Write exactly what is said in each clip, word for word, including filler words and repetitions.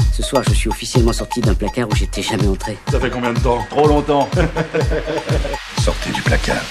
Ce soir, je suis officiellement sorti d'un placard où j'étais jamais entré. Ça fait combien de temps? Trop longtemps. Sortez du placard.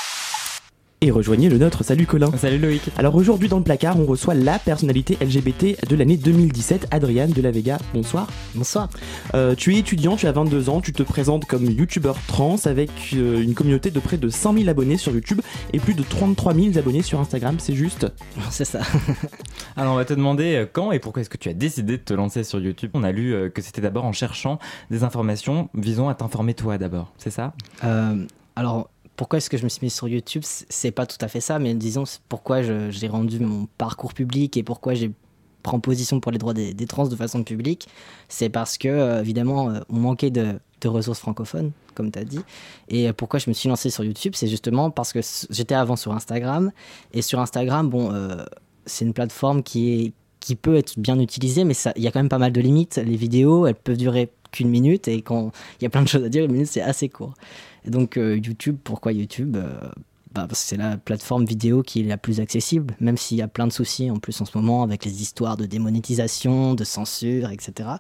Et rejoignez le nôtre. Salut Colin. Salut Loïc. Alors aujourd'hui dans le placard, on reçoit la personnalité L G B T de l'année deux mille dix-sept, Adriane de la Vega. Bonsoir. Bonsoir. Euh, tu es étudiant, tu as vingt-deux ans, tu te présentes comme youtubeur trans avec euh, une communauté de près de cinq mille abonnés sur YouTube et plus de trente-trois mille abonnés sur Instagram, c'est juste? C'est ça. Alors on va te demander quand et pourquoi est-ce que tu as décidé de te lancer sur YouTube. On a lu euh, que c'était d'abord en cherchant des informations visant à t'informer toi d'abord, c'est ça? euh, Alors... Pourquoi est-ce que je me suis mis sur YouTube? C'est pas tout à fait ça, mais disons pourquoi je, j'ai rendu mon parcours public et pourquoi j'ai pris position pour les droits des, des trans de façon publique. C'est parce que, euh, évidemment, euh, on manquait de, de ressources francophones, comme tu as dit. Et euh, pourquoi je me suis lancé sur YouTube? C'est justement parce que j'étais avant sur Instagram. Et sur Instagram, bon, euh, c'est une plateforme qui, est, qui peut être bien utilisée, mais il y a quand même pas mal de limites. Les vidéos, elles peuvent durer qu'une minute, et quand il y a plein de choses à dire, une minute, c'est assez court. Et donc euh, YouTube, pourquoi YouTube? euh, bah, Parce que c'est la plateforme vidéo qui est la plus accessible, même s'il y a plein de soucis en plus en ce moment avec les histoires de démonétisation, de censure, et cetera.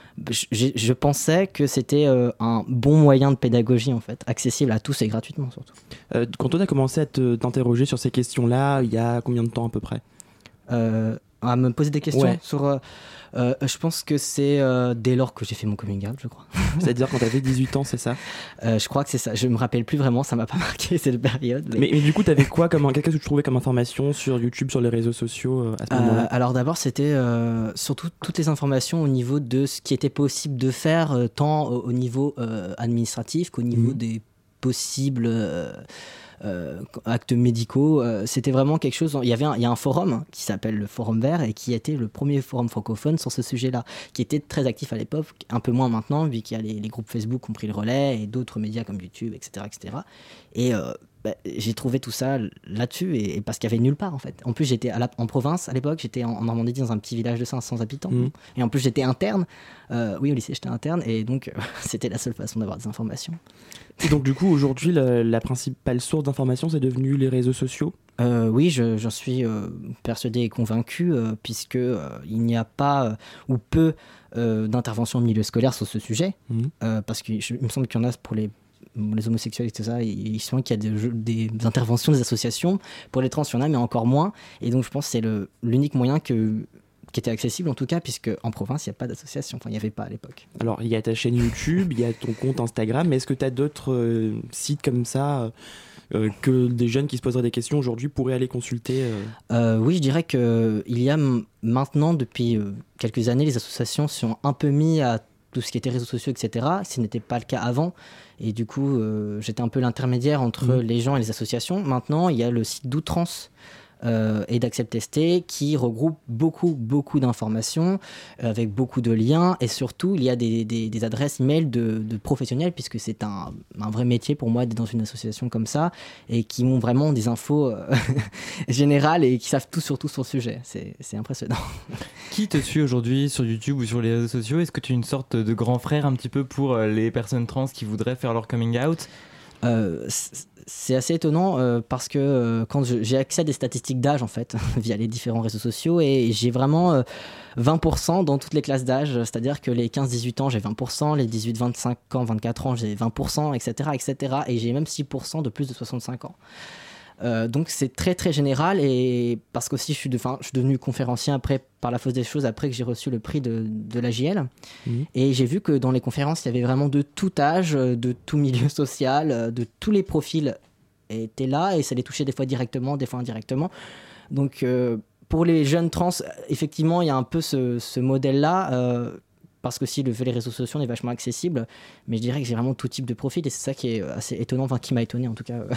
Je, je pensais que c'était euh, un bon moyen de pédagogie en fait, accessible à tous et gratuitement surtout. Euh, quand on a commencé à te, t'interroger sur ces questions-là, il y a combien de temps à peu près? euh, À me poser des questions ouais. sur... Euh, euh, je pense que c'est euh, dès lors que j'ai fait mon coming out, je crois. C'est-à-dire quand t'avais dix-huit ans, c'est ça? euh, Je crois que c'est ça. Je me rappelle plus vraiment, ça m'a pas marqué cette période. Mais, mais, mais du coup, t'avais quoi comme... Qu'est-ce que tu trouvais comme information sur YouTube, sur les réseaux sociaux euh, à ce moment-là? euh, Alors d'abord, c'était euh, surtout toutes les informations au niveau de ce qui était possible de faire, euh, tant au, au niveau euh, administratif qu'au niveau mmh. des possibles... Euh, Euh, actes médicaux, euh, c'était vraiment quelque chose. Il y avait un, il y a un forum qui s'appelle le Forum Vert et qui était le premier forum francophone sur ce sujet-là, qui était très actif à l'époque, un peu moins maintenant, vu qu'il y a les, les groupes Facebook qui ont pris le relais et d'autres médias comme YouTube, et cetera, et cetera. Et euh, bah, j'ai trouvé tout ça là-dessus, et, et parce qu'il y avait nulle part en fait. En plus, j'étais à la, en province à l'époque, j'étais en, en Normandie dans un petit village de cinq cents habitants, mmh. et en plus j'étais interne. Euh, oui, au lycée, j'étais interne, et donc euh, c'était la seule façon d'avoir des informations. Et donc du coup aujourd'hui la, la principale source d'information c'est devenu les réseaux sociaux? euh, Oui, je, j'en suis euh, persuadé et convaincu euh, puisque euh, il n'y a pas euh, ou peu euh, d'interventions au milieu scolaire sur ce sujet, mmh. euh, parce qu'il me semble qu'il y en a pour les les homosexuels et tout ça, il semble qu'il y a des, des interventions des associations. Pour les trans il y en a mais encore moins, et donc je pense que c'est le, l'unique moyen que qui était accessible en tout cas, puisque en province il n'y a pas d'association, enfin il n'y avait pas à l'époque. Alors il y a ta chaîne YouTube, il y a ton compte Instagram, mais est-ce que tu as d'autres euh, sites comme ça euh, que des jeunes qui se poseraient des questions aujourd'hui pourraient aller consulter euh... Euh, Oui, je dirais qu'il y a m- maintenant depuis euh, quelques années, les associations sont un peu mis à tout ce qui était réseaux sociaux, et cetera. Ce n'était pas le cas avant, et du coup euh, j'étais un peu l'intermédiaire entre mmh. les gens et les associations. Maintenant il y a le site d'Outrance Euh, et d'Accept T S T qui regroupe beaucoup beaucoup d'informations euh, avec beaucoup de liens, et surtout il y a des, des, des adresses email de, de professionnels, puisque c'est un, un vrai métier pour moi d'être dans une association comme ça, et qui ont vraiment des infos euh, générales et qui savent tout sur tout sur le sujet. C'est, c'est impressionnant. Qui te suit aujourd'hui sur YouTube ou sur les réseaux sociaux? Est-ce que tu es une sorte de grand frère un petit peu pour les personnes trans qui voudraient faire leur coming out? Euh, c'est assez étonnant euh, parce que euh, quand je, j'ai accès à des statistiques d'âge en fait via les différents réseaux sociaux, et j'ai vraiment euh, vingt pour cent dans toutes les classes d'âge, c'est-à-dire que les quinze dix-huit ans j'ai vingt pour cent, les dix-huit vingt-cinq ans, vingt-quatre ans j'ai vingt pour cent, et cetera, et cetera, et j'ai même six pour cent de plus de soixante-cinq ans. Euh, donc c'est très très général, et parce qu'aussi je suis, de, je suis devenu conférencier après, par la force des choses, après que j'ai reçu le prix de, de l'A J L, mmh. et j'ai vu que dans les conférences il y avait vraiment de tout âge, de tout milieu social, de tous les profils étaient là, et ça les touchait des fois directement, des fois indirectement. Donc euh, pour les jeunes trans, effectivement il y a un peu ce, ce modèle là, euh, parce que si le, les réseaux sociaux est vachement accessible, mais je dirais que j'ai vraiment tout type de profil, et c'est ça qui est assez étonnant, enfin qui m'a étonné en tout cas.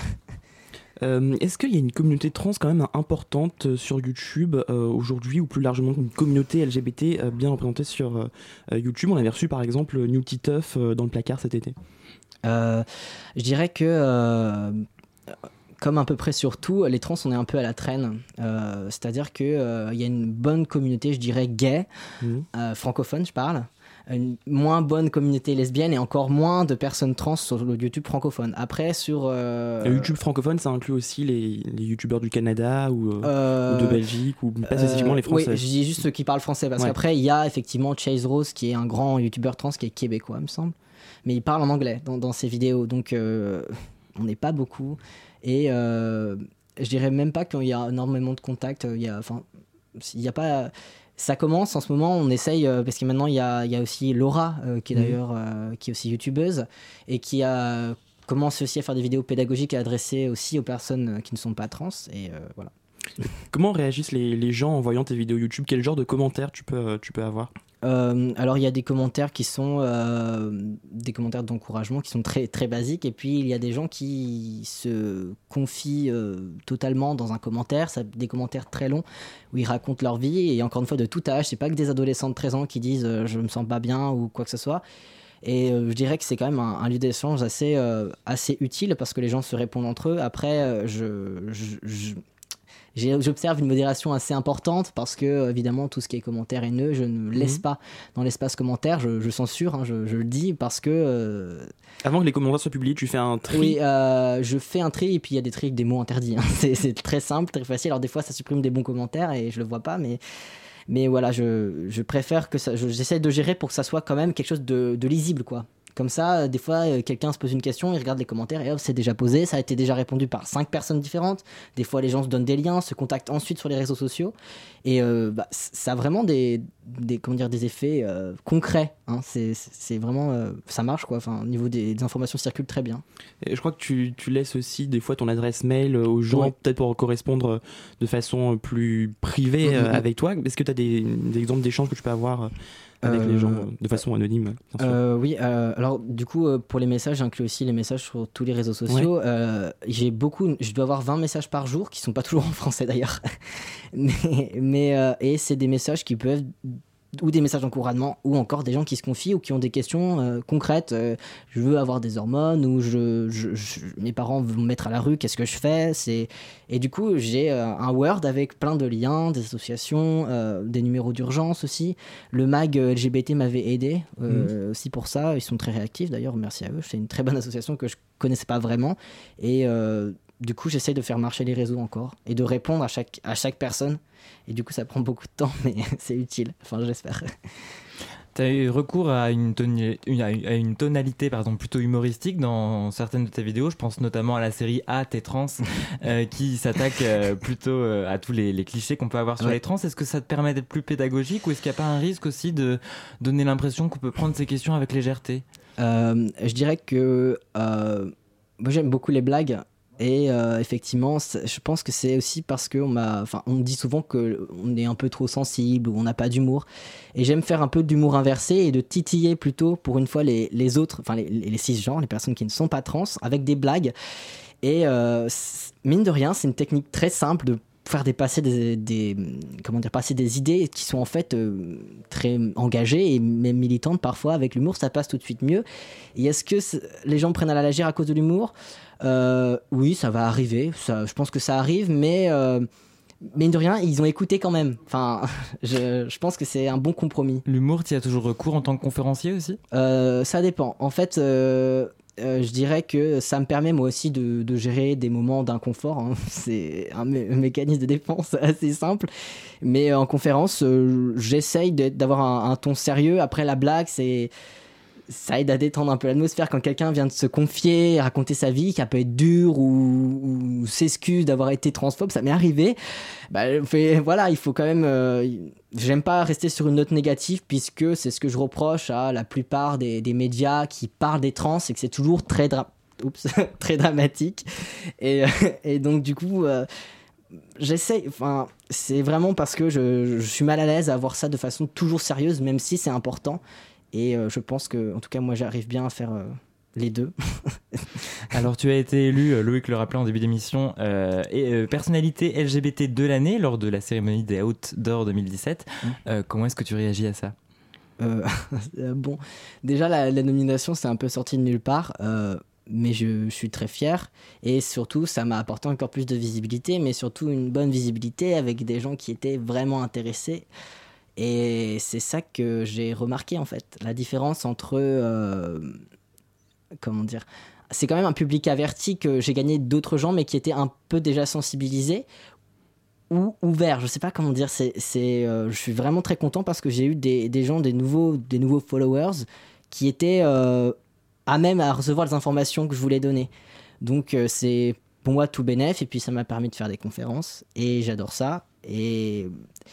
Euh, est-ce qu'il y a une communauté trans quand même importante sur YouTube euh, aujourd'hui, ou plus largement une communauté L G B T euh, bien représentée sur euh, YouTube? On avait reçu par exemple New Titeuf euh, dans le placard cet été. Euh, je dirais que euh, comme à peu près sur tout, les trans on est un peu à la traîne, euh, c'est-à-dire qu'il euh, y a une bonne communauté, je dirais gay, mmh. euh, francophone je parle, une moins bonne communauté lesbienne et encore moins de personnes trans sur le YouTube francophone. Après, sur... Euh... Le YouTube francophone, ça inclut aussi les, les YouTubeurs du Canada ou, euh, ou de Belgique, ou pas spécifiquement euh, les Français. Oui, je dis juste ceux qui parlent français, parce ouais. qu'après, il y a effectivement Chase Rose, qui est un grand YouTuber trans, qui est québécois, il me semble. Mais il parle en anglais dans, dans ses vidéos, donc euh, on n'est pas beaucoup. Et euh, je dirais même pas qu'il y a énormément de contacts. Il y a, enfin, il y a pas... Ça commence en ce moment, on essaye, euh, parce que maintenant il y a, il y a aussi Laura, euh, qui est d'ailleurs euh, qui est aussi youtubeuse, et qui a commencé aussi à faire des vidéos pédagogiques et adressées aussi aux personnes qui ne sont pas trans. Et euh, voilà. Comment réagissent les, les gens en voyant tes vidéos YouTube ? Quel genre de commentaires tu peux, tu peux avoir ? Euh, alors il y a des commentaires qui sont euh, des commentaires d'encouragement qui sont très, très basiques, et puis il y a des gens qui se confient euh, totalement dans un commentaire, ça, des commentaires très longs où ils racontent leur vie, et encore une fois de tout âge, c'est pas que des adolescents de treize ans qui disent euh, je me sens pas bien ou quoi que ce soit. Et euh, je dirais que c'est quand même un, un lieu d'échange assez, euh, assez utile, parce que les gens se répondent entre eux. Après euh, je, je, je j'observe une modération assez importante, parce que évidemment tout ce qui est commentaire haineux, je ne laisse mmh. pas dans l'espace commentaire, je, je censure, hein, je, je le dis, parce que euh... avant que les commentaires soient publiés, tu fais un tri. Oui, euh, je fais un tri, et puis il y a des tri avec des mots interdits, hein. c'est, c'est très simple, très facile. Alors des fois ça supprime des bons commentaires et je le vois pas, mais mais voilà, je, je préfère que ça, je, j'essaie de gérer pour que ça soit quand même quelque chose de, de lisible, quoi. Comme ça, des fois, quelqu'un se pose une question, il regarde les commentaires et hop, c'est déjà posé, ça a été déjà répondu par cinq personnes différentes. Des fois, les gens se donnent des liens, se contactent ensuite sur les réseaux sociaux. Et euh, bah, ça a vraiment des, des, comment dire, des effets euh, concrets. Hein. C'est, c'est vraiment... Euh, ça marche, quoi. Enfin, au niveau des, des informations circulent très bien. Et je crois que tu, tu laisses aussi des fois ton adresse mail aux gens, ouais. peut-être pour correspondre de façon plus privée mmh, mmh. avec toi. Est-ce que tu as des, des exemples d'échanges que tu peux avoir avec euh, les gens de façon anonyme, bien sûr. Euh, oui, euh, alors du coup euh, pour les messages, j'inclus aussi les messages sur tous les réseaux sociaux. Ouais. Euh, j'ai beaucoup, je dois avoir vingt messages par jour qui sont pas toujours en français d'ailleurs, mais, mais euh, et c'est des messages qui peuvent, ou des messages d'encouragement, ou encore des gens qui se confient ou qui ont des questions euh, concrètes. Euh, je veux avoir des hormones, ou je, je, je, mes parents vont me mettre à la rue, qu'est-ce que je fais ? C'est... Et du coup, j'ai euh, un Word avec plein de liens, des associations, euh, des numéros d'urgence aussi. Le mag L G B T m'avait aidé euh, mmh. aussi pour ça. Ils sont très réactifs d'ailleurs, merci à eux. C'est une très bonne association que je connaissais pas vraiment. Et euh, du coup, j'essaye de faire marcher les réseaux encore et de répondre à chaque, à chaque personne. Et du coup, ça prend beaucoup de temps, mais c'est utile. Enfin, j'espère. Tu as eu recours à une, toni- une, à une tonalité pardon, plutôt humoristique dans certaines de tes vidéos. Je pense notamment à la série Ah, t'es trans, euh, qui s'attaque euh, plutôt euh, à tous les, les clichés qu'on peut avoir sur ouais. les trans. Est-ce que ça te permet d'être plus pédagogique, ou est-ce qu'il n'y a pas un risque aussi de donner l'impression qu'on peut prendre ces questions avec légèreté ? euh, Je dirais que euh, moi, j'aime beaucoup les blagues. Et euh, effectivement, je pense que c'est aussi parce qu'on m'a, enfin, on me dit souvent qu'on est un peu trop sensible ou on n'a pas d'humour. Et j'aime faire un peu d'humour inversé et de titiller plutôt, pour une fois, les, les autres, enfin les, les cisgenres, les personnes qui ne sont pas trans, avec des blagues. Et euh, mine de rien, c'est une technique très simple de faire dépasser des, des, comment dire, passer des idées qui sont en fait euh, très engagées et même militantes parfois. Avec l'humour, ça passe tout de suite mieux. Et est-ce que les gens prennent à la légère à cause de l'humour ? Euh, oui, ça va arriver, ça, je pense que ça arrive, mais euh, mine de rien, ils ont écouté quand même. Enfin, je, je pense que c'est un bon compromis. L'humour, tu y as toujours recours en tant que conférencier aussi ? euh, Ça dépend. En fait, euh, euh, je dirais que ça me permet moi aussi de, de gérer des moments d'inconfort. Hein. C'est un, mé- un mécanisme de défense assez simple. Mais en conférence, euh, j'essaye d'avoir un, un ton sérieux. Après, la blague, c'est... ça aide à détendre un peu l'atmosphère quand quelqu'un vient de se confier, raconter sa vie, qui peut être dure, ou, ou s'excuse d'avoir été transphobe, ça m'est arrivé. Bah, fait, voilà, il faut quand même... Euh, j'aime pas rester sur une note négative, puisque c'est ce que je reproche à la plupart des, des médias qui parlent des trans, c'est que c'est toujours très, dra- Oups, très dramatique. Et, et donc du coup... Euh, j'essaie, enfin, c'est vraiment parce que je, je suis mal à l'aise à voir ça de façon toujours sérieuse, même si c'est important. Et euh, je pense que, en tout cas, moi, j'arrive bien à faire euh, les deux. Alors, tu as été élu, euh, Loïc le rappelait en début d'émission, euh, et, euh, personnalité L G B T de l'année lors de la cérémonie des Outdoors deux mille dix-sept. Mmh. Euh, comment est-ce que tu réagis à ça ? euh, Bon, déjà, la, la nomination, c'est un peu sorti de nulle part. Euh, mais je, je suis très fier. Et surtout, ça m'a apporté encore plus de visibilité, mais surtout une bonne visibilité avec des gens qui étaient vraiment intéressés. Et c'est ça que j'ai remarqué en fait, la différence entre, euh, comment dire, c'est quand même un public averti que j'ai gagné d'autres gens, mais qui étaient un peu déjà sensibilisés ou ouverts, je sais pas comment dire. C'est, c'est, euh, je suis vraiment très content parce que j'ai eu des, des gens, des nouveaux, des nouveaux followers qui étaient euh, à même à recevoir les informations que je voulais donner. Donc euh, c'est pour moi tout bénef, et puis ça m'a permis de faire des conférences et j'adore ça. Et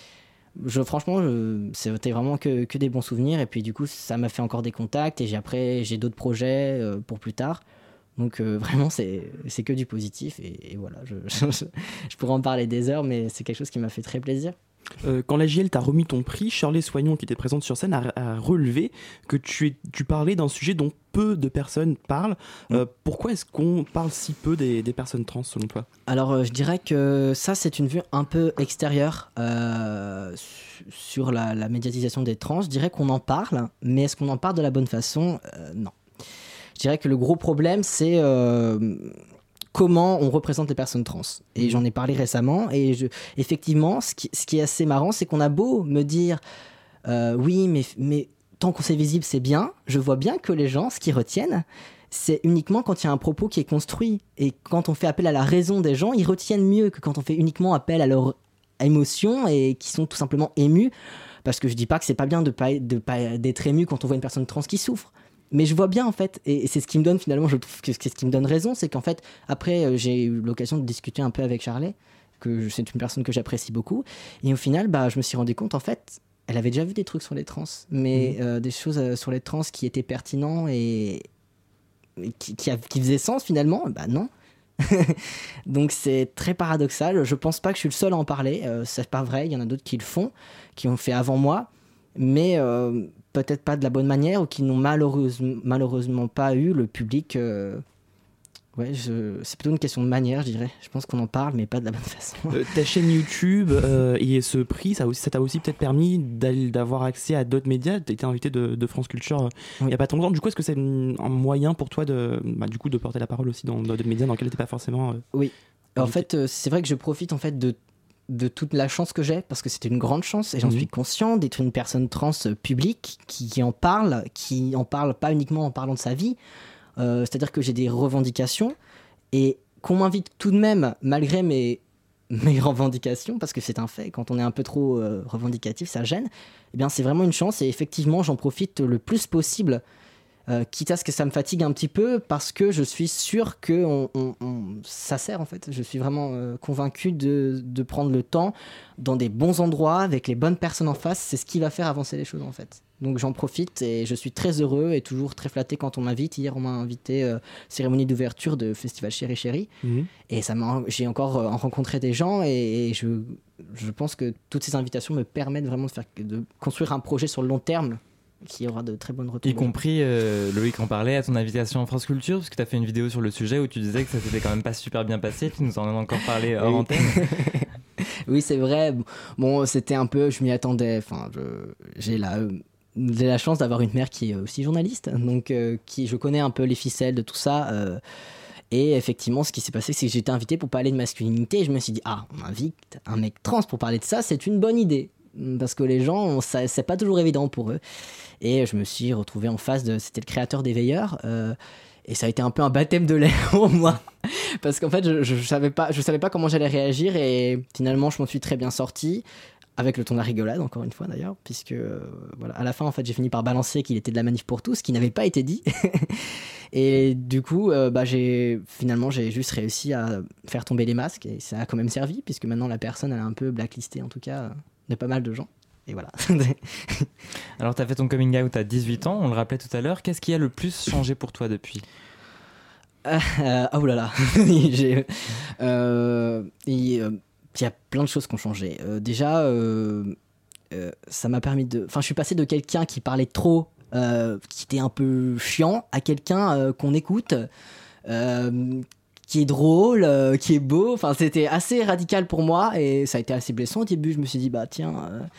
je, franchement, je, c'était vraiment que, que des bons souvenirs. Et puis du coup, ça m'a fait encore des contacts. Et j'ai, après, j'ai d'autres projets euh, pour plus tard. Donc euh, vraiment, c'est, c'est que du positif. Et, et voilà, je, je, je pourrais en parler des heures, mais c'est quelque chose qui m'a fait très plaisir. Euh, quand la J L t'a remis ton prix, Shirley Soignon, qui était présente sur scène, a, a relevé que tu, es, tu parlais d'un sujet dont peu de personnes parlent. Euh, mmh. Pourquoi est-ce qu'on parle si peu des, des personnes trans, selon toi ? Alors, euh, je dirais que ça, c'est une vue un peu extérieure euh, sur la, la médiatisation des trans. Je dirais qu'on en parle, mais est-ce qu'on en parle de la bonne façon ? euh, Non. Je dirais que le gros problème, c'est... Euh, comment on représente les personnes trans. Et j'en ai parlé récemment, et je, effectivement, ce qui, ce qui est assez marrant, c'est qu'on a beau me dire euh, oui, mais, mais tant qu'on c'est visible, c'est bien. Je vois bien que les gens, ce qu'ils retiennent, c'est uniquement quand il y a un propos qui est construit. Et quand on fait appel à la raison des gens, ils retiennent mieux que quand on fait uniquement appel à leurs émotions et qui sont tout simplement émus. Parce que je dis pas que c'est pas bien de pas, de pas, d'être ému quand on voit une personne trans qui souffre. Mais je vois bien en fait, et c'est ce qui me donne finalement, je trouve que c'est ce qui me donne raison, c'est qu'en fait, après euh, j'ai eu l'occasion de discuter un peu avec Shirley, que je, c'est une personne que j'apprécie beaucoup, et au final, bah, je me suis rendu compte en fait, elle avait déjà vu des trucs sur les trans, mais mmh. euh, des choses euh, sur les trans qui étaient pertinents et, et qui, qui, qui faisaient sens finalement, bah non. Donc c'est très paradoxal, je pense pas que je suis le seul à en parler, euh, c'est pas vrai, il y en a d'autres qui le font, qui ont fait avant moi, mais... Euh, peut-être pas de la bonne manière, ou qui n'ont malheureusement, malheureusement pas eu le public. Euh... Ouais, je... c'est plutôt une question de manière, je dirais. Je pense qu'on en parle, mais pas de la bonne façon. Euh, ta chaîne YouTube euh, et ce prix, ça, aussi, ça t'a aussi peut-être permis d'avoir accès à d'autres médias. Tu as été invité de, de France Culture euh, oui. il n'y a pas tant longtemps. Du coup, est-ce que c'est un moyen pour toi de, bah, du coup, de porter la parole aussi dans d'autres médias dans lesquels tu n'étais pas forcément... Euh, oui. En fait, euh, c'est vrai que je profite en fait de de toute la chance que j'ai, parce que c'était une grande chance et j'en mmh. suis conscient d'être une personne trans publique qui, qui en parle, qui en parle pas uniquement en parlant de sa vie, euh, c'est-à-dire que j'ai des revendications et qu'on m'invite tout de même malgré mes, mes revendications, parce que c'est un fait, quand on est un peu trop euh, revendicatif, ça gêne, eh bien c'est vraiment une chance et effectivement j'en profite le plus possible. Euh, quitte à ce que ça me fatigue un petit peu, parce que je suis sûr que on, on, on, ça sert en fait. Je suis vraiment euh, convaincu de, de prendre le temps dans des bons endroits, avec les bonnes personnes en face. C'est ce qui va faire avancer les choses en fait. Donc j'en profite et je suis très heureux et toujours très flatté quand on m'invite. Hier on m'a invité euh, cérémonie d'ouverture de Festival Chéri Chéri. Mmh. Et ça m'a, j'ai encore euh, rencontré des gens et, et je, je pense que toutes ces invitations me permettent vraiment de, faire, de construire un projet sur le long terme qui aura de très bonnes retombées. Y compris, euh, Loïc en parlait, à ton invitation en France Culture, parce que tu as fait une vidéo sur le sujet où tu disais que ça s'était quand même pas super bien passé, tu nous en as encore parlé hors oui. antenne. Oui, c'est vrai. Bon, c'était un peu, je m'y attendais, enfin, je, j'ai, la, euh, j'ai la chance d'avoir une mère qui est aussi journaliste, donc euh, qui, je connais un peu les ficelles de tout ça, euh, et effectivement, ce qui s'est passé, c'est que j'ai été invité pour parler de masculinité, et je me suis dit, ah, on invite un mec trans pour parler de ça, c'est une bonne idée. Parce que les gens, ça, c'est pas toujours évident pour eux. Et je me suis retrouvé en face de... C'était le créateur des Veilleurs. Euh, et ça a été un peu un baptême de l'air pour moi. Parce qu'en fait, je, je, je, savais pas, je savais pas comment j'allais réagir. Et finalement, je m'en suis très bien sorti. Avec le ton de la rigolade, encore une fois d'ailleurs. Puisque, euh, voilà, à la fin, en fait, j'ai fini par balancer qu'il était de la manif pour tous, ce qui n'avait pas été dit. Et du coup, euh, bah, j'ai, finalement, j'ai juste réussi à faire tomber les masques. Et ça a quand même servi. Puisque maintenant, la personne, elle est un peu blacklistée, en tout cas... de pas mal de gens, et voilà. Alors, tu as fait ton coming out à dix-huit ans, on le rappelait tout à l'heure. Qu'est-ce qui a le plus changé pour toi depuis ? euh, euh, Oh là là Il euh, y, euh, y a plein de choses qui ont changé. Euh, déjà, euh, euh, ça m'a permis de... Enfin, je suis passé de quelqu'un qui parlait trop, euh, qui était un peu chiant, à quelqu'un euh, qu'on écoute... Euh, qui est drôle, euh, qui est beau, enfin c'était assez radical pour moi et ça a été assez blessant au début. Je me suis dit bah tiens, euh,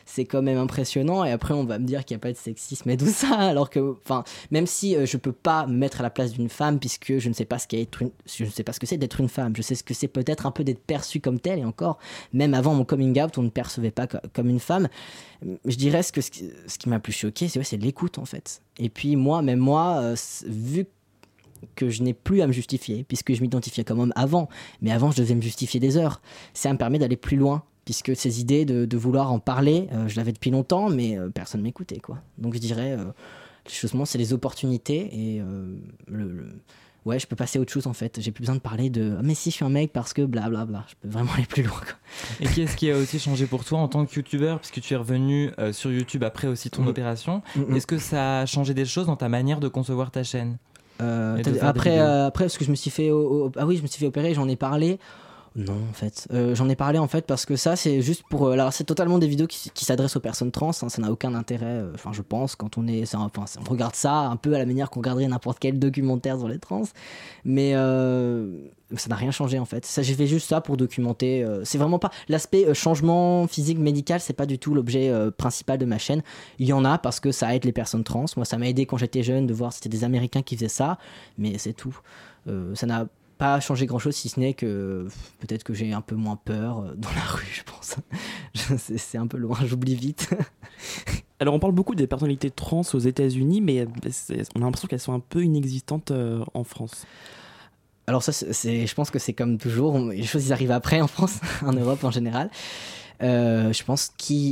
c'est quand même impressionnant. Et après, on va me dire qu'il n'y a pas de sexisme et tout ça. Alors que, enfin, même si euh, je peux pas me mettre à la place d'une femme, puisque je ne sais pas ce qu'est être une, je ne sais pas ce que c'est d'être une femme. Je sais ce que c'est peut-être un peu d'être perçue comme telle. Et encore, même avant mon coming out, on ne me percevait pas co- comme une femme. Je dirais que ce qui, ce qui m'a plus choqué, c'est, ouais, c'est l'écoute en fait. Et puis moi, même moi, euh, vu que je n'ai plus à me justifier, puisque je m'identifiais comme homme avant, mais avant je devais me justifier des heures, ça me permet d'aller plus loin, puisque ces idées de, de vouloir en parler, euh, je l'avais depuis longtemps, mais euh, personne ne m'écoutait, quoi. Donc je dirais, euh, justement, c'est les opportunités, et euh, le, le... ouais, je peux passer à autre chose en fait, j'ai plus besoin de parler de ah, mais si je suis un mec parce que blablabla, bla, bla. Je peux vraiment aller plus loin, quoi. Et qu'est-ce qui a aussi changé pour toi en tant que youtubeur, puisque tu es revenu euh, sur YouTube après aussi ton mmh. opération, mmh. est-ce que ça a changé des choses dans ta manière de concevoir ta chaîne? Euh, après, euh, après, parce que je me suis fait, au, au, ah oui, je me suis fait opérer, j'en ai parlé. Non, en fait, euh, j'en ai parlé en fait parce que ça, c'est juste pour. Euh, alors, c'est totalement des vidéos qui, qui s'adressent aux personnes trans. Hein, ça n'a aucun intérêt. Enfin, euh, je pense quand on est, enfin, on regarde ça un peu à la manière qu'on regarderait n'importe quel documentaire sur les trans, mais euh, ça n'a rien changé en fait. Ça, j'ai fait juste ça pour documenter. Euh, c'est vraiment pas l'aspect euh, changement physique médical, c'est pas du tout l'objet euh, principal de ma chaîne. Il y en a parce que ça aide les personnes trans. Moi, ça m'a aidé quand j'étais jeune de voir c'était des Américains qui faisaient ça, mais c'est tout. Euh, ça n'a pas changer grand chose, si ce n'est que peut-être que j'ai un peu moins peur dans la rue, je pense. c'est, c'est un peu loin, j'oublie vite. Alors on parle beaucoup des personnalités trans aux États-Unis, mais on a l'impression qu'elles sont un peu inexistantes euh, en France. Alors ça, c'est, c'est, je pense que c'est comme toujours, les choses ils arrivent après en France, en Europe en général. Euh, je pense qu'ils...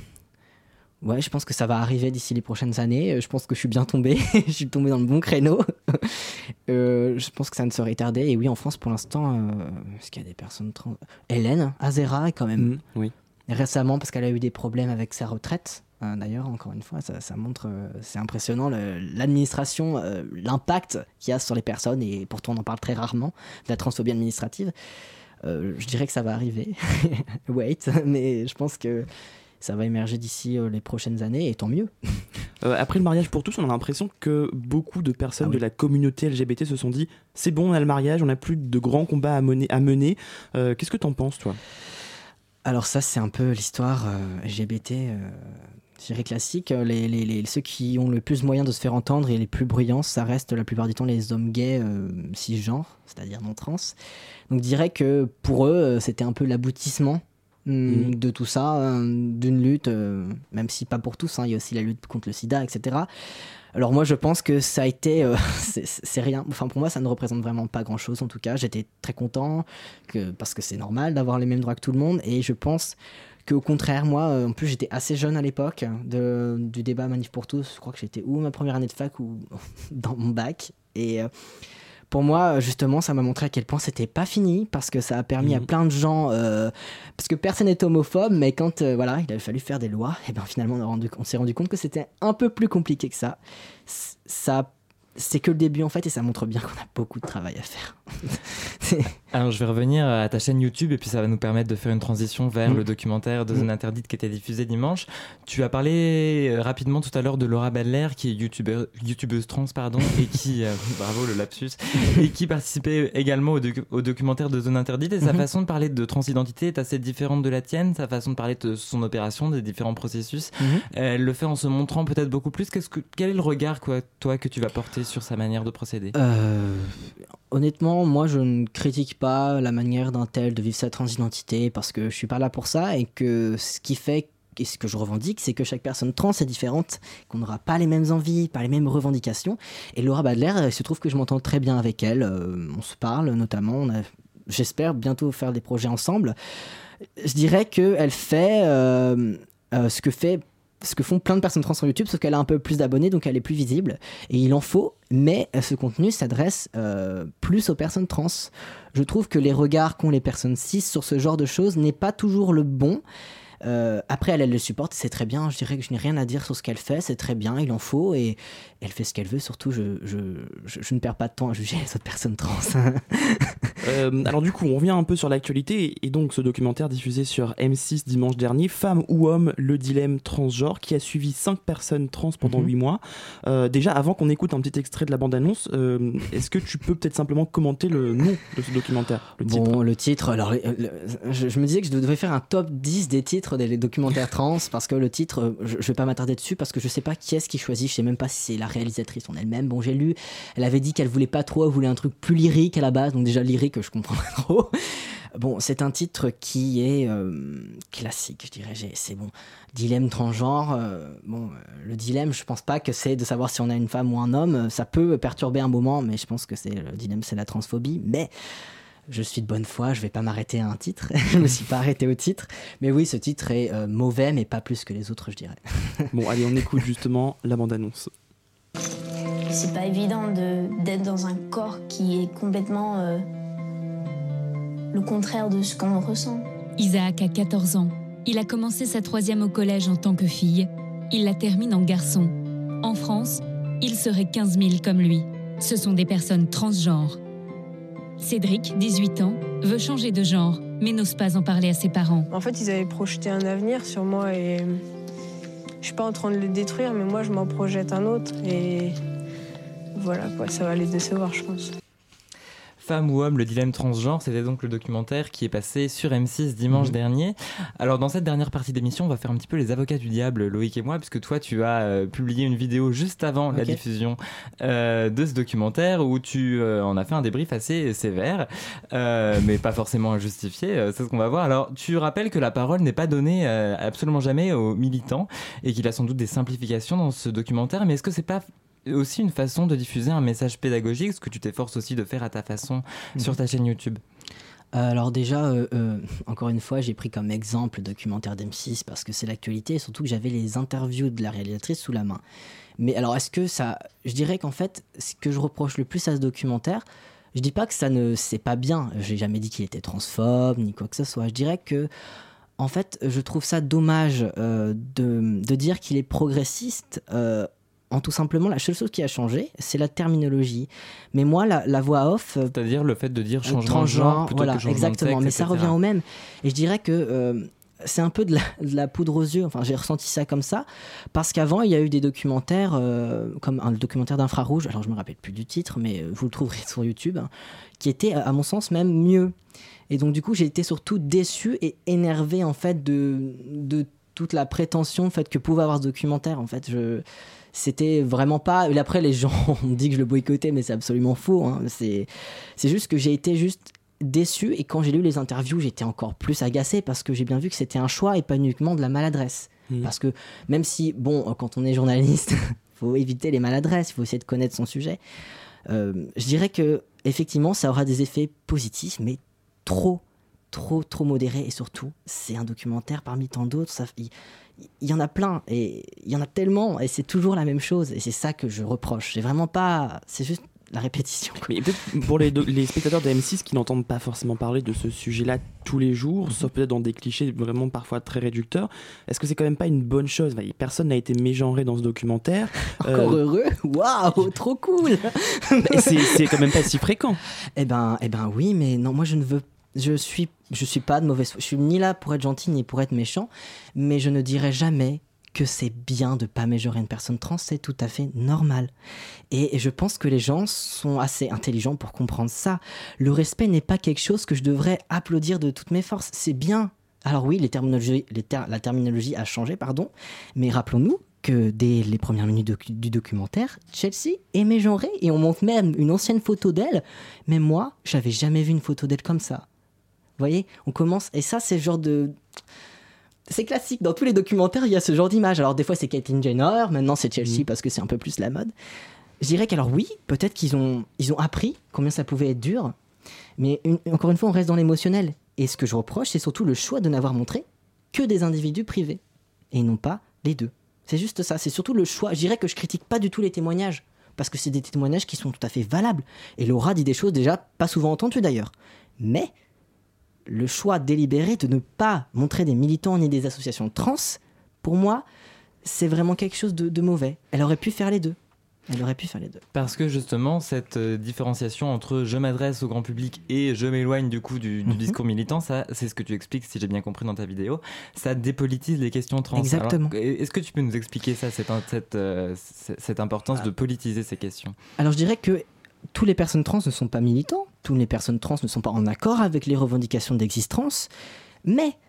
Ouais, je pense que ça va arriver d'ici les prochaines années. Je pense que je suis bien tombé. Je suis tombé dans le bon créneau. euh, je pense que ça ne saurait tarder. Et oui, en France, pour l'instant, euh, est-ce qu'il y a des personnes trans ? Hélène Azera, quand même. Mmh, oui. Récemment, parce qu'elle a eu des problèmes avec sa retraite. Euh, d'ailleurs, encore une fois, ça, ça montre, euh, c'est impressionnant, le, l'administration, euh, l'impact qu'il y a sur les personnes. Et pourtant, on en parle très rarement, de la transphobie administrative. Euh, je dirais que ça va arriver. Wait, mais je pense que ça va émerger d'ici euh, les prochaines années, et tant mieux. Euh, après le mariage pour tous, on a l'impression que beaucoup de personnes ah oui. de la communauté L G B T se sont dit « c'est bon, on a le mariage, on n'a plus de grands combats à mener. À mener. Euh, » Qu'est-ce que t'en penses, toi ? Alors ça, c'est un peu l'histoire euh, L G B T, euh, je dirais classique. Les, les, les, ceux qui ont le plus moyen de se faire entendre et les plus bruyants, ça reste la plupart du temps les hommes gays euh, cisgenres, c'est-à-dire non trans. Donc je dirais que pour eux, c'était un peu l'aboutissement Mmh. de tout ça, euh, d'une lutte, euh, même si pas pour tous, hein, il y a aussi la lutte contre le sida, et cetera. Alors moi je pense que ça a été, euh, c'est, c'est rien, enfin pour moi ça ne représente vraiment pas grand chose en tout cas, j'étais très content, que, parce que c'est normal d'avoir les mêmes droits que tout le monde, et je pense qu'au contraire, moi, euh, en plus j'étais assez jeune à l'époque de, du débat Manif pour tous, je crois que j'étais ou ma première année de fac ou dans mon bac, et... Euh, pour moi, justement, ça m'a montré à quel point c'était pas fini, parce que ça a permis mmh. à plein de gens, euh, parce que personne n'est homophobe, mais quand euh, voilà, il a fallu faire des lois, et ben finalement on, a rendu, on s'est rendu compte que c'était un peu plus compliqué que ça. C- ça c'est que le début en fait, et ça montre bien qu'on a beaucoup de travail à faire. Alors je vais revenir à ta chaîne YouTube et puis ça va nous permettre de faire une transition vers mmh. le documentaire de Zone Interdite qui était diffusé dimanche. Tu as parlé rapidement tout à l'heure de Laura Badler, qui est youtubeur, youtubeuse trans pardon, et qui, euh, bravo le lapsus, et qui participait également au, docu- au documentaire de Zone Interdite, et sa mmh. façon de parler de transidentité est assez différente de la tienne, sa façon de parler de son opération, des différents processus. Mmh. Elle le fait en se montrant peut-être beaucoup plus. Qu'est-ce que, quel est le regard quoi, toi que tu vas porter sur sa manière de procéder ? euh, Honnêtement, moi je ne critique pas la manière d'un tel de vivre sa transidentité, parce que je suis pas là pour ça, et que ce qui fait, et ce que je revendique, c'est que chaque personne trans est différente, qu'on n'aura pas les mêmes envies, pas les mêmes revendications. Et Laura Badler, il se trouve que je m'entends très bien avec elle, euh, on se parle notamment, on a, j'espère bientôt faire des projets ensemble. Je dirais qu'elle fait euh, euh, ce que fait ce que font plein de personnes trans sur YouTube, sauf qu'elle a un peu plus d'abonnés, donc elle est plus visible, et il en faut, mais ce contenu s'adresse euh, plus aux personnes trans. Je trouve que les regards qu'ont les personnes cis sur ce genre de choses n'est pas toujours le bon. Euh, après elle, elle le supporte, c'est très bien, je dirais que je n'ai rien à dire sur ce qu'elle fait, c'est très bien, il en faut, et elle fait ce qu'elle veut, surtout je, je, je, je ne perds pas de temps à juger les autres personnes trans. euh, alors du coup on revient un peu sur l'actualité, et donc ce documentaire diffusé sur M six dimanche dernier, Femme ou homme, le dilemme transgenre, qui a suivi cinq personnes trans pendant huit mm-hmm. mois. Euh, déjà avant qu'on écoute un petit extrait de la bande-annonce, euh, est-ce que tu peux peut-être simplement commenter le nom de ce documentaire, le bon, titre le titre, alors le, le, je, je me disais que je devais faire un top dix des titres titre des documentaires trans, parce que le titre, je, je vais pas m'attarder dessus, parce que je sais pas qui est-ce qui choisit, je sais même pas si c'est la réalisatrice en elle-même. Bon, j'ai lu, elle avait dit qu'elle voulait pas trop, elle voulait un truc plus lyrique à la base, donc déjà lyrique, je comprends pas trop. Bon, c'est un titre qui est euh, classique, je dirais, j'ai, c'est bon. Dilemme transgenre, euh, bon, euh, le dilemme, je pense pas que c'est de savoir si on a une femme ou un homme, ça peut perturber un moment, mais je pense que c'est, le dilemme, c'est la transphobie, mais... Je suis de bonne foi, je vais pas m'arrêter à un titre. Je me suis pas arrêté au titre. Mais oui, ce titre est euh, mauvais, mais pas plus que les autres, je dirais. Bon, allez, on écoute justement la bande-annonce. C'est pas évident de, d'être dans un corps qui est complètement euh, le contraire de ce qu'on ressent. Isaac a quatorze ans. Il a commencé sa troisième au collège en tant que fille. Il la termine en garçon. En France, il serait quinze mille comme lui. Ce sont des personnes transgenres. Cédric, dix-huit ans, veut changer de genre, mais n'ose pas en parler à ses parents. En fait, ils avaient projeté un avenir sur moi et je suis pas en train de le détruire, mais moi, je m'en projette un autre et voilà, quoi, ça va les décevoir, je pense. Femme ou homme, le dilemme transgenre, c'était donc le documentaire qui est passé sur M six dimanche mmh. dernier. Alors dans cette dernière partie d'émission, on va faire un petit peu les avocats du diable, Loïc et moi, puisque toi tu as euh, publié une vidéo juste avant okay. la diffusion euh, de ce documentaire où tu euh, en as fait un débrief assez sévère, euh, mais pas forcément injustifié, euh, c'est ce qu'on va voir. Alors tu rappelles que la parole n'est pas donnée euh, absolument jamais aux militants et qu'il a sans doute des simplifications dans ce documentaire, mais est-ce que c'est pas aussi une façon de diffuser un message pédagogique, ce que tu t'efforces aussi de faire à ta façon mmh. sur ta chaîne YouTube? Alors déjà, euh, euh, encore une fois, j'ai pris comme exemple le documentaire d'M six parce que c'est l'actualité et surtout que j'avais les interviews de la réalisatrice sous la main. Mais alors, est-ce que ça... Je dirais qu'en fait, ce que je reproche le plus à ce documentaire, je dis pas que ça ne... c'est pas bien. J'ai jamais dit qu'il était transphobe ni quoi que ce soit. Je dirais que en fait, je trouve ça dommage euh, de, de dire qu'il est progressiste euh, en tout simplement, la seule chose qui a changé, c'est la terminologie. Mais moi, la, la voix off... C'est-à-dire le fait de dire changement de genre plutôt voilà, que changement exactement, de sexe, mais et cetera. Ça revient au même. Et je dirais que euh, c'est un peu de la, de la poudre aux yeux. Enfin, j'ai ressenti ça comme ça. Parce qu'avant, il y a eu des documentaires, euh, comme un, le documentaire d'Infrarouge, alors je ne me rappelle plus du titre, mais vous le trouverez sur YouTube, hein, qui était, à mon sens, même mieux. Et donc, du coup, j'ai été surtout déçu et énervé, en fait, de, de toute la prétention en fait, que pouvait avoir ce documentaire. En fait, je... C'était vraiment pas... Et après, les gens ont dit que je le boycottais, mais c'est absolument faux. Hein. C'est... c'est juste que j'ai été juste déçu. Et quand j'ai lu les interviews, j'étais encore plus agacé parce que j'ai bien vu que c'était un choix et pas uniquement de la maladresse. Mmh. Parce que même si, bon, quand on est journaliste, il faut éviter les maladresses, il faut essayer de connaître son sujet. Euh, je dirais que effectivement, ça aura des effets positifs, mais trop, trop, trop modérés. Et surtout, c'est un documentaire parmi tant d'autres. Ça... Il... Il y en a plein, et il y en a tellement, et c'est toujours la même chose, et c'est ça que je reproche. C'est vraiment pas... C'est juste la répétition. Quoi. Mais peut-être pour les, do- les spectateurs de M six qui n'entendent pas forcément parler de ce sujet-là tous les jours, mm-hmm. sauf peut-être dans des clichés vraiment parfois très réducteurs, est-ce que c'est quand même pas une bonne chose ? Personne n'a été mégenré dans ce documentaire. Encore euh... heureux ? Waouh, trop cool. c'est, c'est quand même pas si fréquent. Eh ben, eh ben oui, mais non, moi je ne veux pas. Je suis, je suis pas de mauvaise foi. Je suis ni là pour être gentil ni pour être méchant, mais je ne dirai jamais que c'est bien de pas mégenrer une personne trans, c'est tout à fait normal. Et je pense que les gens sont assez intelligents pour comprendre ça. Le respect n'est pas quelque chose que je devrais applaudir de toutes mes forces. C'est bien. Alors oui, les terminologies, les ter- la terminologie a changé, pardon, mais rappelons-nous que dès les premières minutes de, du documentaire, Chelsea est mégenrée et on montre même une ancienne photo d'elle. Mais moi, j'avais jamais vu une photo d'elle comme ça. Vous voyez, on commence... Et ça, c'est le genre de... C'est classique. Dans tous les documentaires, il y a ce genre d'image. Alors, des fois, c'est Caitlyn Jenner. Maintenant, c'est Chelsea mmh. parce que c'est un peu plus la mode. Je dirais qu'alors, oui, peut-être qu'ils ont, ils ont appris combien ça pouvait être dur. Mais une, encore une fois, on reste dans l'émotionnel. Et ce que je reproche, c'est surtout le choix de n'avoir montré que des individus privés. Et non pas les deux. C'est juste ça. C'est surtout le choix. Je dirais que je critique pas du tout les témoignages. Parce que c'est des témoignages qui sont tout à fait valables. Et Laura dit des choses déjà pas souvent entendues d'ailleurs. Mais... le choix délibéré de ne pas montrer des militants ni des associations trans, pour moi, c'est vraiment quelque chose de, de mauvais. Elle aurait pu faire les deux. Elle aurait pu faire les deux. Parce que justement, cette euh, différenciation entre je m'adresse au grand public et je m'éloigne du coup du, du mm-hmm. discours militant, ça, c'est ce que tu expliques, si j'ai bien compris dans ta vidéo, ça dépolitise les questions trans. Exactement. Alors, est-ce que tu peux nous expliquer ça, cette, cette, euh, cette importance ah. de politiser ces questions ? Alors je dirais que toutes les personnes trans ne sont pas militants, toutes les personnes trans ne sont pas en accord avec les revendications d'existence, mais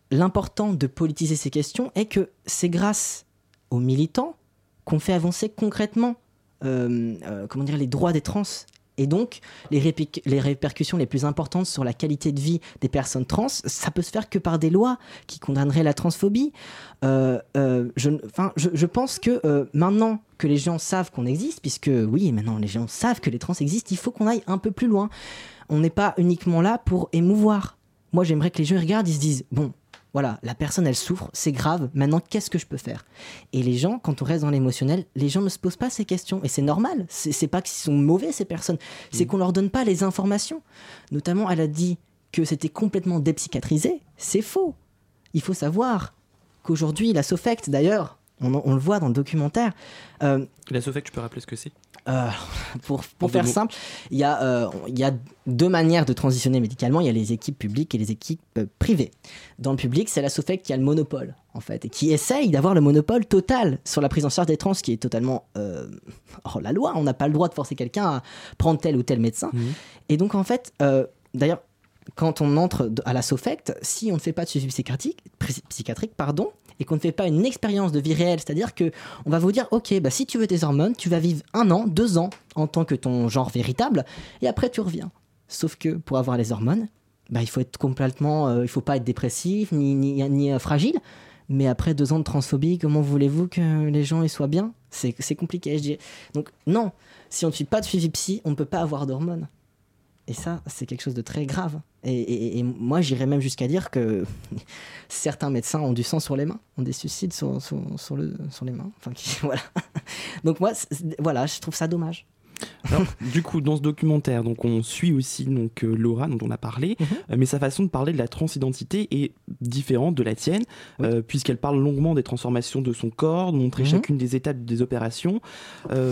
l'important de politiser ces questions est que c'est grâce aux militants qu'on fait avancer concrètement euh, euh, comment dire, les droits des trans. Et donc, les, répic- les répercussions les plus importantes sur la qualité de vie des personnes trans, ça peut se faire que par des lois qui condamneraient la transphobie. Euh, euh, je, je, je pense que euh, maintenant que les gens savent qu'on existe, puisque oui, maintenant les gens savent que les trans existent, il faut qu'on aille un peu plus loin. On n'est pas uniquement là pour émouvoir. Moi, j'aimerais que les gens regardent, ils se disent, bon, voilà, la personne, elle souffre, c'est grave, maintenant, qu'est-ce que je peux faire ? Et les gens, quand on reste dans l'émotionnel, les gens ne se posent pas ces questions. Et c'est normal, c'est, c'est pas qu'ils sont mauvais, ces personnes, c'est mmh. qu'on leur donne pas les informations. Notamment, elle a dit que c'était complètement dépsychiatrisé. C'est faux. Il faut savoir qu'aujourd'hui, la Sofect, d'ailleurs, on, on le voit dans le documentaire... Euh, la Sofect, tu peux rappeler ce que c'est ? Euh, pour pour faire simple, il y, euh, y a deux manières de transitionner médicalement. Il y a les équipes publiques et les équipes euh, privées. Dans le public, c'est la Sofect qui a le monopole, en fait, et qui essaye d'avoir le monopole total sur la prise en charge des trans, qui est totalement euh, hors la loi. On n'a pas le droit de forcer quelqu'un à prendre tel ou tel médecin. Mmh. Et donc, en fait, euh, d'ailleurs, quand on entre à la Sofect, si on ne fait pas de suivi psychiatrique, psychiatrique pardon, et qu'on ne fait pas une expérience de vie réelle, c'est-à-dire qu'on va vous dire, ok, bah, si tu veux tes hormones, tu vas vivre un an, deux ans en tant que ton genre véritable, et après tu reviens. Sauf que pour avoir les hormones, bah, il faut être complètement, euh, il faut pas être dépressif ni, ni, ni euh, fragile, mais après deux ans de transphobie, comment voulez-vous que les gens y soient bien ? c'est, c'est compliqué, je dis. Donc non, si on ne suit pas de suivi psy, on ne peut pas avoir d'hormones. Et ça, c'est quelque chose de très grave. Et, et, et moi, j'irais même jusqu'à dire que certains médecins ont du sang sur les mains, ont des suicides sur, sur, sur, le, sur les mains. Enfin, qui, voilà. Donc moi, voilà, je trouve ça dommage. Alors, du coup, dans ce documentaire, donc, on suit aussi donc, euh, Laura, dont on a parlé, mm-hmm. euh, mais sa façon de parler de la transidentité est différente de la tienne, oui. euh, puisqu'elle parle longuement des transformations de son corps, de montrer mm-hmm. chacune des étapes des opérations. Euh,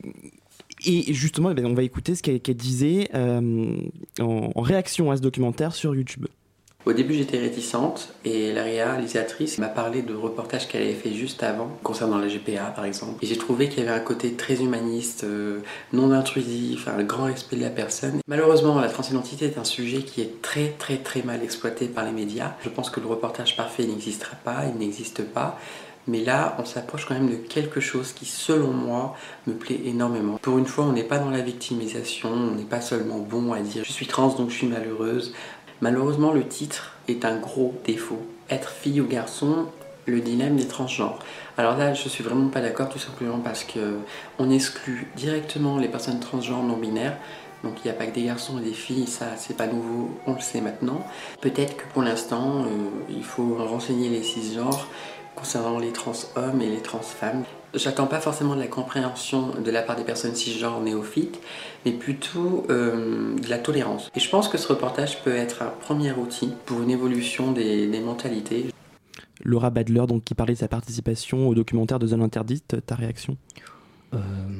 Et justement, on va écouter ce qu'elle, qu'elle disait euh, en, en réaction à ce documentaire sur YouTube. Au début, j'étais réticente et la réalisatrice m'a parlé de reportages qu'elle avait fait juste avant, concernant la G P A par exemple. Et j'ai trouvé qu'il y avait un côté très humaniste, euh, non intrusif, un grand respect de la personne. Malheureusement, la transidentité est un sujet qui est très très très mal exploité par les médias. Je pense que le reportage parfait n'existera pas, il n'existe pas. Mais là, on s'approche quand même de quelque chose qui, selon moi, me plaît énormément. Pour une fois, on n'est pas dans la victimisation, on n'est pas seulement bon à dire « je suis trans donc je suis malheureuse ». Malheureusement, le titre est un gros défaut. Être fille ou garçon, le dilemme des transgenres. Alors là, je suis vraiment pas d'accord, tout simplement parce qu'on exclut directement les personnes transgenres non-binaires. Donc il n'y a pas que des garçons et des filles, ça c'est pas nouveau, on le sait maintenant. Peut-être que pour l'instant, euh, il faut renseigner les cisgenres concernant les trans hommes et les trans femmes. J'attends pas forcément de la compréhension de la part des personnes cisgenres néophytes, mais plutôt euh, de la tolérance. Et je pense que ce reportage peut être un premier outil pour une évolution des, des mentalités. Laura Badler, donc, qui parlait de sa participation au documentaire de Zone Interdite, ta réaction ? euh,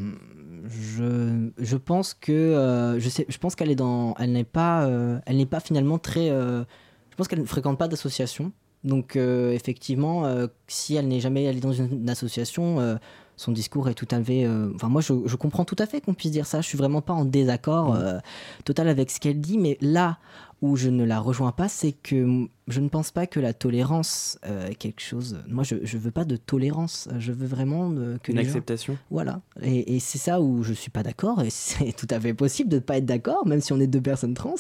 je, je pense que euh, je sais, je pense qu'elle est dans, elle n'est pas, euh, elle n'est pas finalement très. Euh, je pense qu'elle ne fréquente pas d'association. Donc euh, effectivement, euh, si elle n'est jamais allée dans une, une association, euh, son discours est tout à fait... Euh, enfin moi je, je comprends tout à fait qu'on puisse dire ça, je suis vraiment pas en désaccord euh, total avec ce qu'elle dit, mais là où je ne la rejoins pas, c'est que je ne pense pas que la tolérance euh, est quelque chose... Moi je, je veux pas de tolérance, je veux vraiment euh, que... Une les acceptation. gens... Voilà, et, et c'est ça où je suis pas d'accord, et c'est tout à fait possible de ne pas être d'accord, même si on est deux personnes trans.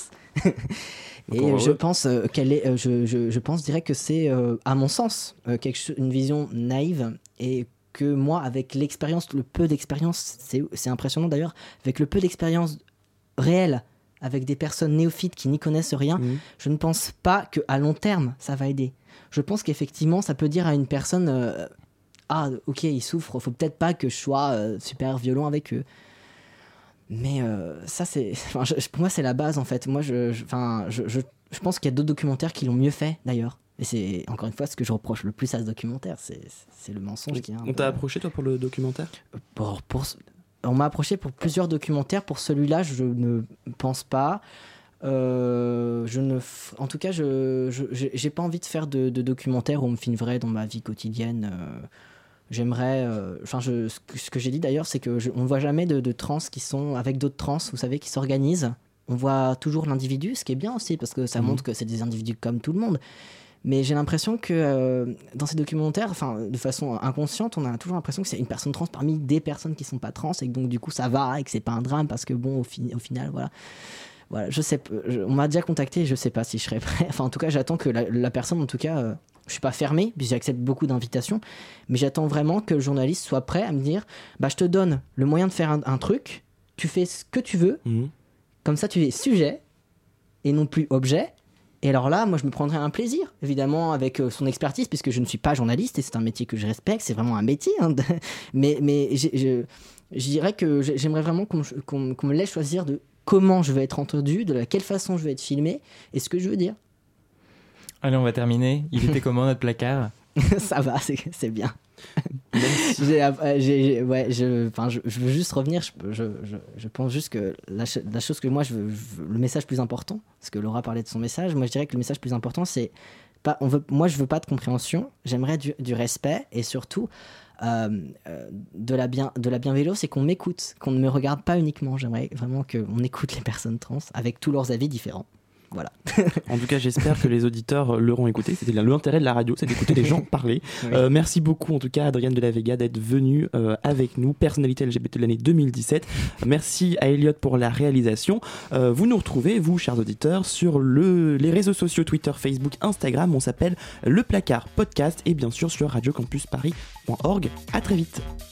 Et euh, je pense euh, qu'elle est, euh, je, je, je pense dirais que c'est, euh, à mon sens, euh, quelque chose, une vision naïve, et que moi, avec l'expérience, le peu d'expérience, c'est, c'est impressionnant d'ailleurs, avec le peu d'expérience réelle, avec des personnes néophytes qui n'y connaissent rien, mmh. je ne pense pas qu'à long terme, ça va aider. Je pense qu'effectivement, ça peut dire à une personne, euh, ah, ok, ils souffrent, faut peut-être pas que je sois euh, super violent avec eux. Mais euh, ça, c'est, enfin, je, pour moi, c'est la base en fait. Moi, je, je, enfin, je, je, je pense qu'il y a d'autres documentaires qui l'ont mieux fait d'ailleurs. Et c'est encore une fois ce que je reproche le plus à ce documentaire, c'est, c'est le mensonge qui est. On t'a peu... approché toi pour le documentaire ? pour, pour, On m'a approché pour plusieurs documentaires. Pour celui-là, je ne pense pas. Euh, je ne, en tout cas, je, je, j'ai pas envie de faire de, de documentaire où on me filmerait dans ma vie quotidienne. Euh, J'aimerais, enfin, euh, ce, ce que j'ai dit d'ailleurs, c'est que je, on ne voit jamais de, de trans qui sont avec d'autres trans, vous savez, qui s'organisent. On voit toujours l'individu, ce qui est bien aussi, parce que ça mmh. montre que c'est des individus comme tout le monde. Mais j'ai l'impression que euh, dans ces documentaires, enfin, de façon inconsciente, on a toujours l'impression que c'est une personne trans parmi des personnes qui sont pas trans et que donc du coup ça va et que c'est pas un drame parce que bon, au, fi- au final, voilà. Voilà, je sais, je, on m'a déjà contacté, je sais pas si je serai prêt. Enfin, en tout cas, j'attends que la, la personne, en tout cas, euh, je suis pas fermé, puis j'accepte beaucoup d'invitations, mais j'attends vraiment que le journaliste soit prêt à me dire, bah, je te donne le moyen de faire un, un truc, tu fais ce que tu veux, mmh. comme ça, tu es sujet et non plus objet. Et alors là, moi, je me prendrais un plaisir, évidemment, avec euh, son expertise, puisque je ne suis pas journaliste et c'est un métier que je respecte, c'est vraiment un métier. Hein, de... mais mais je, je, je dirais que j'aimerais vraiment qu'on, qu'on, qu'on me laisse choisir de comment je vais être entendu, de la quelle façon je vais être filmé et ce que je veux dire. Allez, on va terminer. Il était comment notre placard ? Ça va, c'est, c'est bien. j'ai, j'ai, j'ai, ouais, je, je, je veux juste revenir. Je, je, je, je pense juste que la, la chose que moi, je veux, je veux, le message plus important, parce que Laura parlait de son message, moi je dirais que le message plus important, c'est pas, on veut, moi je veux pas de compréhension, j'aimerais du, du respect et surtout euh, de, la bien, de la bienveillance et qu'on m'écoute, qu'on ne me regarde pas uniquement. J'aimerais vraiment qu'on écoute les personnes trans avec tous leurs avis différents. Voilà. En tout cas, j'espère que les auditeurs l'auront écouté. C'était l'intérêt de la radio, c'est d'écouter les gens parler. Oui. Euh, merci beaucoup, en tout cas, Adrienne de la Vega, d'être venue euh, avec nous, personnalité L G B T de l'année deux mille dix-sept. Merci à Elliot pour la réalisation. Euh, vous nous retrouvez, vous, chers auditeurs, sur le, les réseaux sociaux Twitter, Facebook, Instagram. On s'appelle Le Placard Podcast et bien sûr sur radio campus paris point org. À très vite.